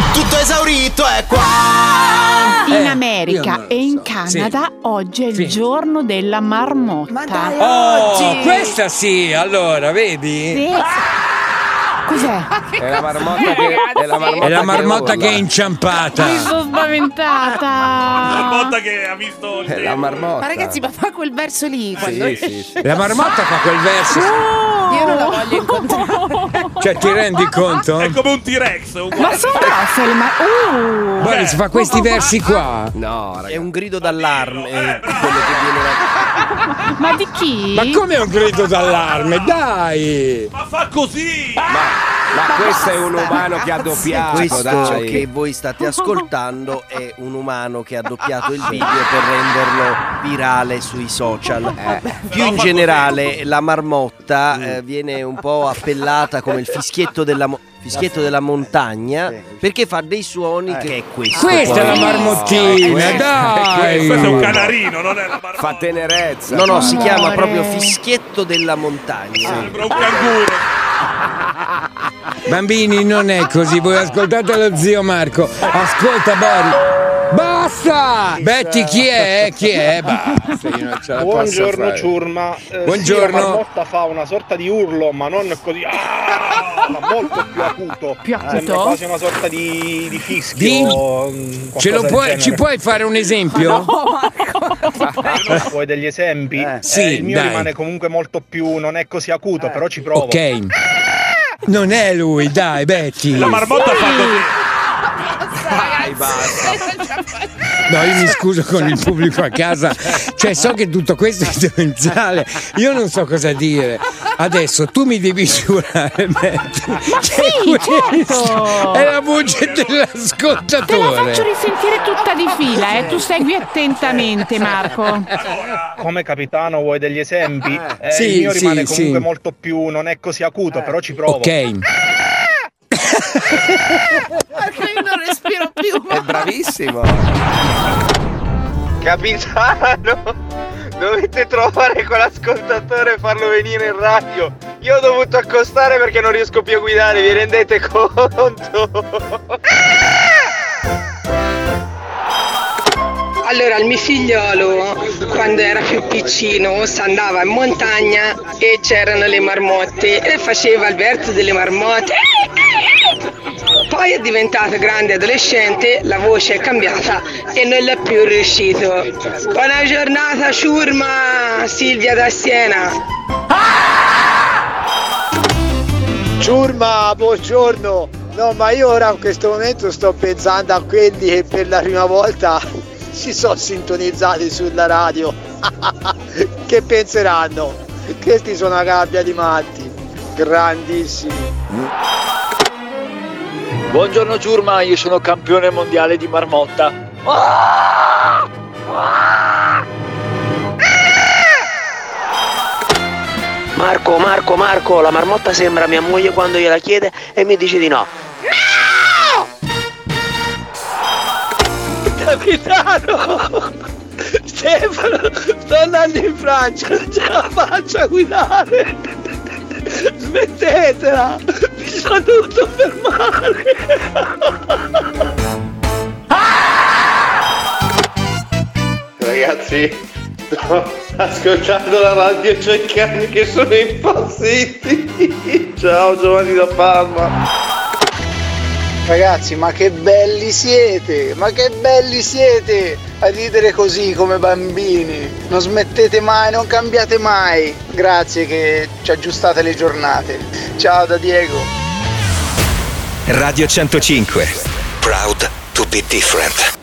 Tutto esaurito è qua. In America e in Canada oggi è il giorno della marmotta. Ma dai, oggi! Questa sì, allora, vedi? Sì. Cos'è? È la marmotta che È la marmotta che è inciampata. Mi sono spaventata. La marmotta che ha visto il È la tempo. marmotta. Ma ragazzi, ma fa quel verso lì quando... Sì. La marmotta fa quel verso. Io non la voglio incontrare. Cioè, ti rendi conto? È come un T-Rex. Ma sono grosse le Guarda, si fa questi versi qua. No, È ragazzi. un grido d'allarme quello che viene da... Ma di chi? Ma come un grido d'allarme? Dai! Ma fa così! Ma questo è un umano che ha doppiato, Questo dai. che voi state ascoltando è un umano che ha doppiato il video per renderlo virale sui social. Più in generale la marmotta viene un po' appellata come il fischietto della montagna, perché fa dei suoni che è questo. Questa è la poi. marmottina, dai! Questo è un canarino, non è la marmotta. Fa tenerezza. No, si chiama Amore. proprio fischietto della montagna. Sembra un canguro. Bambini, non è così. Voi ascoltate lo zio Marco. Ascolta, Bori. Basta! Betty, chi è? Chi è? Basta, io non ce la posso Buongiorno fare. ciurma. Buongiorno. Sì, la marmotta fa una sorta di urlo, ma non così, ma molto più acuto. Più acuto? Sembra quasi una sorta di fischio. Ce lo qualcosa ci del puoi fare un esempio? genere. Vuoi degli esempi? Sì, il mio dai. rimane comunque molto più, non è così acuto, però ci provo. Ok. Non è lui, dai, Betty. La marmotta fa così. Dai, basta. No, io mi scuso con il pubblico a casa. Cioè, so che tutto questo è demenziale. Io non so cosa dire. Adesso tu mi devi giurare, Betty. sì, certo. È la voce Te la dell'ascoltatore. faccio risentire tutta di fila, tu segui attentamente, Marco. Come capitano vuoi degli esempi? Sì, il mio rimane sì, comunque sì. molto più, non è così acuto, però ci provo. Ok. Perché io non respiro più. È bravissimo. Capitano, dovete trovare quell'ascoltatore e farlo venire in radio. Io ho dovuto accostare perché non riesco più a guidare, vi rendete conto? Allora, il mio figliolo, quando era più piccino, andava in montagna e c'erano le marmotte e faceva il verso delle marmotte. Poi è diventato grande adolescente, la voce è cambiata e non l'ha più riuscito. Buona giornata, ciurma! Silvia da Siena. Ciurma, buongiorno. No, ma io ora in questo momento sto pensando a quelli che per la prima volta si sono sintonizzati sulla radio. Che penseranno? Questi sono una gabbia di matti. Grandissimi. Buongiorno ciurma, io sono campione mondiale di marmotta. Marco, la marmotta sembra mia moglie quando gliela chiede e mi dice di no. Capitano! Stefano, sto andando in Francia, non ce la faccio a guidare! Smettetela! Mi sono dovuto fermare! Ragazzi, sto ascoltando la radio, c'ho i cani che sono impazziti! Ciao Giovanni da Parma! Ragazzi, ma che belli siete! Ma che belli siete! A ridere così come bambini. Non smettete mai, non cambiate mai. Grazie che ci aggiustate le giornate. Ciao da Diego. Radio 105. Proud to be different.